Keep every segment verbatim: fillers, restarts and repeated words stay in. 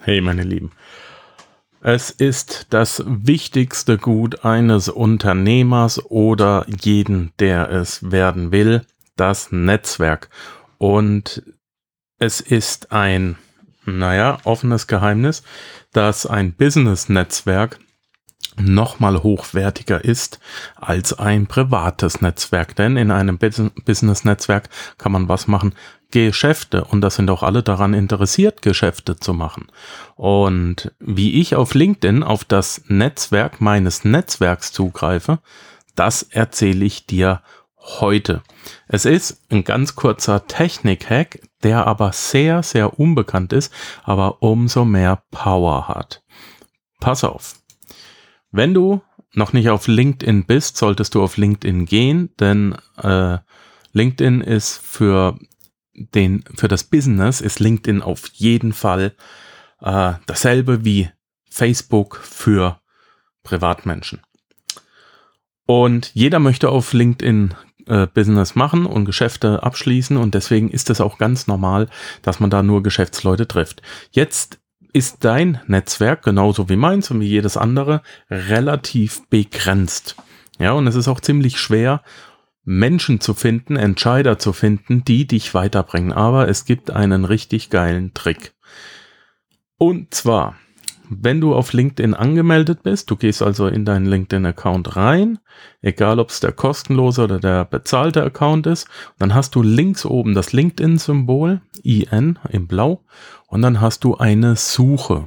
Hey meine Lieben, es ist das wichtigste Gut eines Unternehmers oder jeden, der es werden will, das Netzwerk. Und es ist ein, naja, offenes Geheimnis, dass ein Business-Netzwerk nochmal hochwertiger ist als ein privates Netzwerk. Denn in einem Business-Netzwerk kann man was machen? Geschäfte. Und das sind auch alle daran interessiert, Geschäfte zu machen. Und wie ich auf LinkedIn auf das Netzwerk meines Netzwerks zugreife, das erzähle ich dir heute. Es ist ein ganz kurzer Technik-Hack, der aber sehr, sehr unbekannt ist, aber umso mehr Power hat. Pass auf. Wenn du noch nicht auf LinkedIn bist, solltest du auf LinkedIn gehen, denn äh, LinkedIn ist für den für das Business ist LinkedIn auf jeden Fall äh, dasselbe wie Facebook für Privatmenschen. Und jeder möchte auf LinkedIn äh, Business machen und Geschäfte abschließen und deswegen ist es auch ganz normal, dass man da nur Geschäftsleute trifft. Jetzt ist dein Netzwerk, genauso wie meins und wie jedes andere, relativ begrenzt. Ja, und es ist auch ziemlich schwer, Menschen zu finden, Entscheider zu finden, die dich weiterbringen. Aber es gibt einen richtig geilen Trick. Und zwar, wenn du auf LinkedIn angemeldet bist, du gehst also in deinen LinkedIn-Account rein, egal ob es der kostenlose oder der bezahlte Account ist, dann hast du links oben das LinkedIn-Symbol, I N in blau, und dann hast du eine Suche.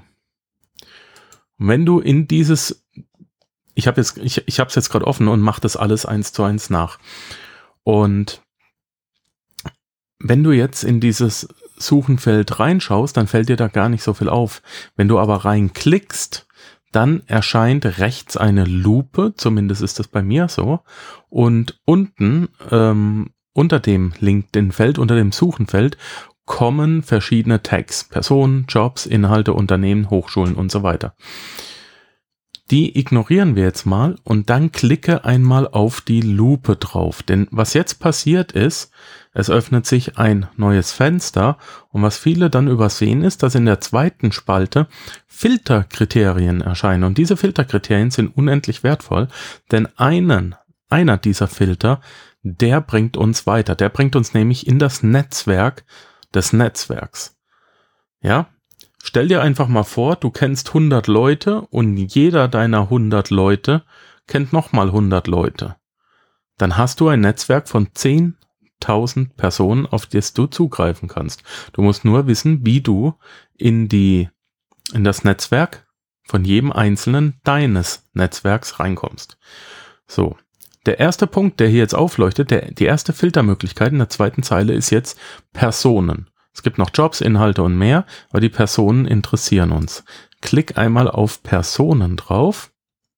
Und wenn du in dieses, ich habe jetzt, ich, ich habe es jetzt gerade offen und mache das alles eins zu eins nach. Und wenn du jetzt in dieses Suchenfeld reinschaust, dann fällt dir da gar nicht so viel auf. Wenn du aber reinklickst, dann erscheint rechts eine Lupe, zumindest ist das bei mir so, und unten ähm, unter dem LinkedIn-Feld, unter dem Suchenfeld, kommen verschiedene Tags, Personen, Jobs, Inhalte, Unternehmen, Hochschulen und so weiter. Die ignorieren wir jetzt mal und dann klicke einmal auf die Lupe drauf. Denn was jetzt passiert ist, es öffnet sich ein neues Fenster und was viele dann übersehen ist, dass in der zweiten Spalte Filterkriterien erscheinen. Und diese Filterkriterien sind unendlich wertvoll, denn einen, einer dieser Filter, der bringt uns weiter. Der bringt uns nämlich in das Netzwerk des Netzwerks. Ja? Stell dir einfach mal vor, du kennst hundert Leute und jeder deiner hundert Leute kennt nochmal hundert Leute. Dann hast du ein Netzwerk von zehntausend Personen, auf das du zugreifen kannst. Du musst nur wissen, wie du in die, in das Netzwerk von jedem einzelnen deines Netzwerks reinkommst. So. Der erste Punkt, der hier jetzt aufleuchtet, der, die erste Filtermöglichkeit in der zweiten Zeile ist jetzt Personen. Es gibt noch Jobs, Inhalte und mehr, aber die Personen interessieren uns. Klick einmal auf Personen drauf.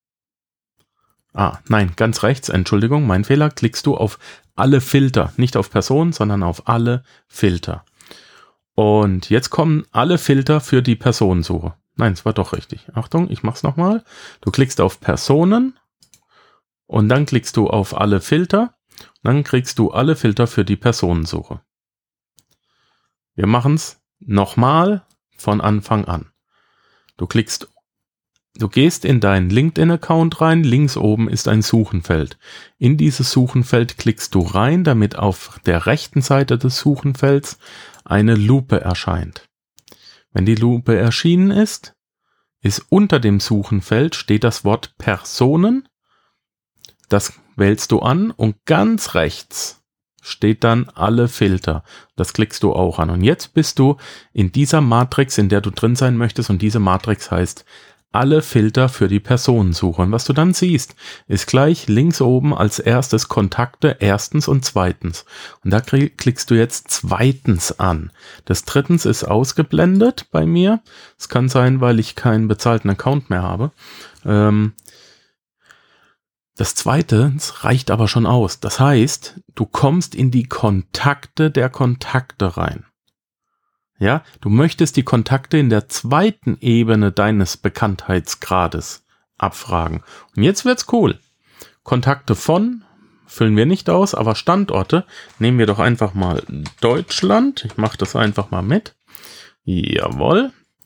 Ah, nein, ganz rechts, Entschuldigung, mein Fehler. Klickst du auf alle Filter, nicht auf Personen, sondern auf alle Filter. Und jetzt kommen alle Filter für die Personensuche. Nein, es war doch richtig. Achtung, ich mach's nochmal. Du klickst auf Personen. Und dann klickst du auf alle Filter, dann kriegst du alle Filter für die Personensuche. Wir machen es nochmal von Anfang an. Du klickst, du gehst in deinen LinkedIn-Account rein, links oben ist ein Suchenfeld. In dieses Suchenfeld klickst du rein, damit auf der rechten Seite des Suchenfelds eine Lupe erscheint. Wenn die Lupe erschienen ist, ist unter dem Suchenfeld steht das Wort Personen. Das wählst du an und ganz rechts steht dann alle Filter. Das klickst du auch an. Und jetzt bist du in dieser Matrix, in der du drin sein möchtest. Und diese Matrix heißt alle Filter für die Personensuche. Und was du dann siehst, ist gleich links oben als erstes Kontakte erstens und zweitens. Und da klickst du jetzt zweitens an. Das drittens ist ausgeblendet bei mir. Es kann sein, weil ich keinen bezahlten Account mehr habe. Ähm, Das zweite reicht aber schon aus. Das heißt, du kommst in die Kontakte der Kontakte rein. Ja, du möchtest die Kontakte in der zweiten Ebene deines Bekanntheitsgrades abfragen. Und jetzt wird's cool. Kontakte von füllen wir nicht aus, aber Standorte nehmen wir doch einfach mal Deutschland. Ich mache das einfach mal mit. Jawohl.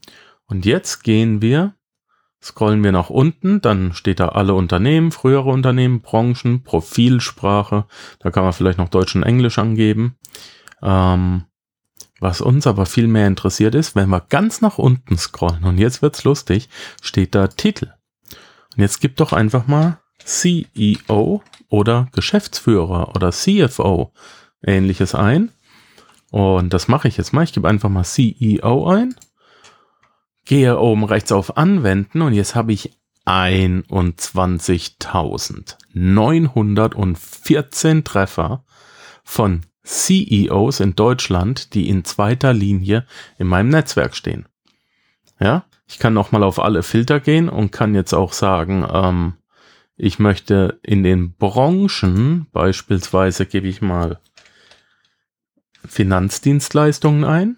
Und jetzt gehen wir, scrollen wir nach unten, dann steht da alle Unternehmen, frühere Unternehmen, Branchen, Profilsprache, da kann man vielleicht noch Deutsch und Englisch angeben. Ähm, was uns aber viel mehr interessiert ist, wenn wir ganz nach unten scrollen, und jetzt wird's lustig, steht da Titel. Und jetzt gib doch einfach mal C E O oder Geschäftsführer oder C F O ähnliches ein. Und das mache ich jetzt mal. Ich gebe einfach mal C E O ein. Gehe oben rechts auf Anwenden und jetzt habe ich einundzwanzigtausendneunhundertvierzehn Treffer von C E Os in Deutschland, die in zweiter Linie in meinem Netzwerk stehen. Ja, ich kann noch mal auf alle Filter gehen und kann jetzt auch sagen, ähm, ich möchte in den Branchen, beispielsweise gebe ich mal Finanzdienstleistungen ein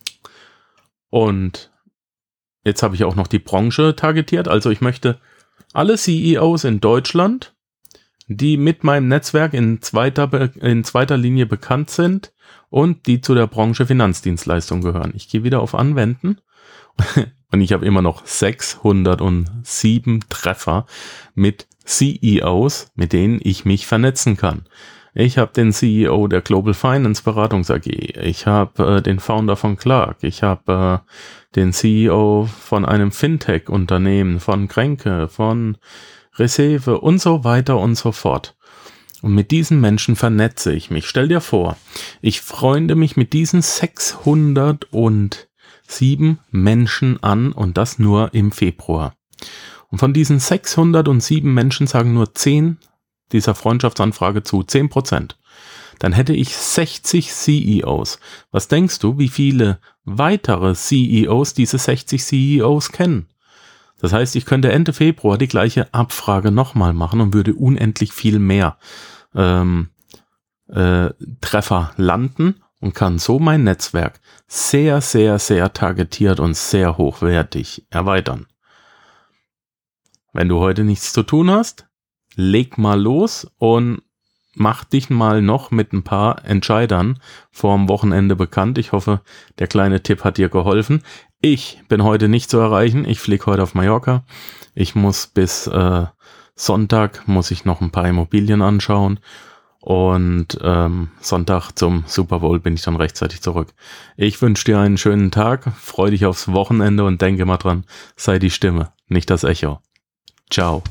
und jetzt habe ich auch noch die Branche targetiert. Also ich möchte alle C E Os in Deutschland, die mit meinem Netzwerk in zweiter, in zweiter Linie bekannt sind und die zu der Branche Finanzdienstleistung gehören. Ich gehe wieder auf Anwenden und ich habe immer noch sechshundertsieben Treffer mit C E Os, mit denen ich mich vernetzen kann. Ich habe den C E O der Global Finance Beratungs A G. Ich habe äh, den Founder von Clark. Ich habe äh, den C E O von einem Fintech-Unternehmen, von Kränke, von Reserve und so weiter und so fort. Und mit diesen Menschen vernetze ich mich. Stell dir vor, ich freunde mich mit diesen sechshundertsieben Menschen an und das nur im Februar. Und von diesen sechshundertsieben Menschen sagen nur zehn dieser Freundschaftsanfrage zu, zehn Prozent. Dann hätte ich sechzig C E Os. Was denkst du, wie viele weitere C E Os diese sechzig C E Os kennen? Das heißt, ich könnte Ende Februar die gleiche Abfrage nochmal machen und würde unendlich viel mehr ähm, äh, Treffer landen und kann so mein Netzwerk sehr, sehr, sehr targetiert und sehr hochwertig erweitern. Wenn du heute nichts zu tun hast, leg mal los und mach dich mal noch mit ein paar Entscheidern vorm Wochenende bekannt. Ich hoffe, der kleine Tipp hat dir geholfen. Ich bin heute nicht zu erreichen. Ich fliege heute auf Mallorca. Ich muss bis äh, Sonntag muss ich noch ein paar Immobilien anschauen. Und ähm, Sonntag zum Super Bowl bin ich dann rechtzeitig zurück. Ich wünsche dir einen schönen Tag. Freu dich aufs Wochenende und denke mal dran, sei die Stimme, nicht das Echo. Ciao.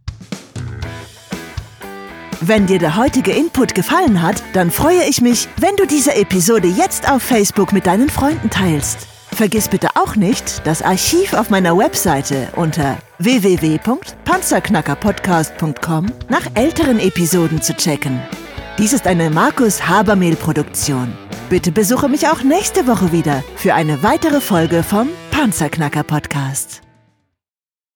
Wenn dir der heutige Input gefallen hat, dann freue ich mich, wenn du diese Episode jetzt auf Facebook mit deinen Freunden teilst. Vergiss bitte auch nicht, das Archiv auf meiner Webseite unter w w w punkt panzerknackerpodcast punkt com nach älteren Episoden zu checken. Dies ist eine Markus Habermehl-Produktion. Bitte besuche mich auch nächste Woche wieder für eine weitere Folge vom Panzerknacker Podcast.